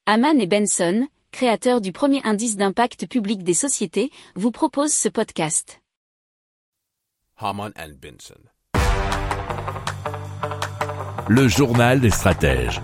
Hamann et Benson, créateurs du premier indice d'impact public des sociétés, vous proposent ce podcast. Hamann and Benson. Le journal des stratèges.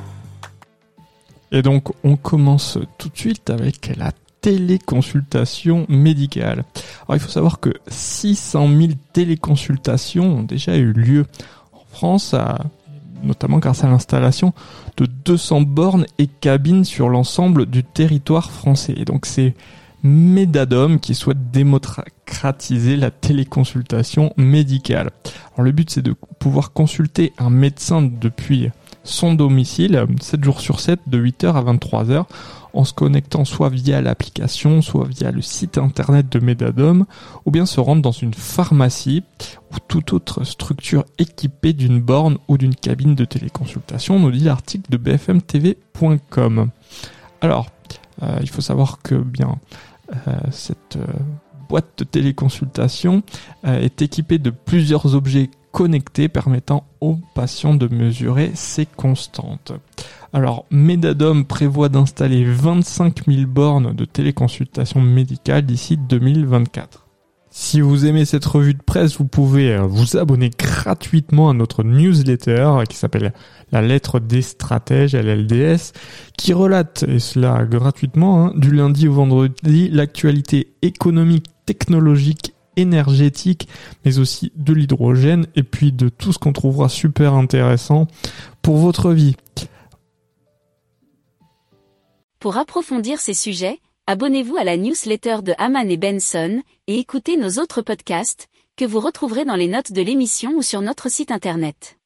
Et donc, on commence tout de suite avec la téléconsultation médicale. Alors, il faut savoir que 600 000 téléconsultations ont déjà eu lieu en France, notamment grâce à l'installation de 200 bornes et cabines sur l'ensemble du territoire français. Et donc, c'est Medadom qui souhaite démocratiser la téléconsultation médicale. Alors, le but, c'est de pouvoir consulter un médecin depuis son domicile, 7 jours sur 7, de 8h à 23h, en se connectant soit via l'application, soit via le site internet de Medadom, ou bien se rendre dans une pharmacie ou toute autre structure équipée d'une borne ou d'une cabine de téléconsultation, nous dit l'article de bfmtv.com. Alors, il faut savoir que cette boîte de téléconsultation est équipée de plusieurs objets connectés permettant aux patients de mesurer ses constantes. Alors, Medadom prévoit d'installer 25 000 bornes de téléconsultation médicale d'ici 2024. Si vous aimez cette revue de presse, vous pouvez vous abonner gratuitement à notre newsletter qui s'appelle La Lettre des Stratèges, LLDS, qui relate, et cela gratuitement, du lundi au vendredi, l'actualité économique, technologique, énergétique, mais aussi de l'hydrogène, et puis de tout ce qu'on trouvera super intéressant pour votre vie. Pour approfondir ces sujets, abonnez-vous à la newsletter de Hamann et Benson et écoutez nos autres podcasts que vous retrouverez dans les notes de l'émission ou sur notre site internet.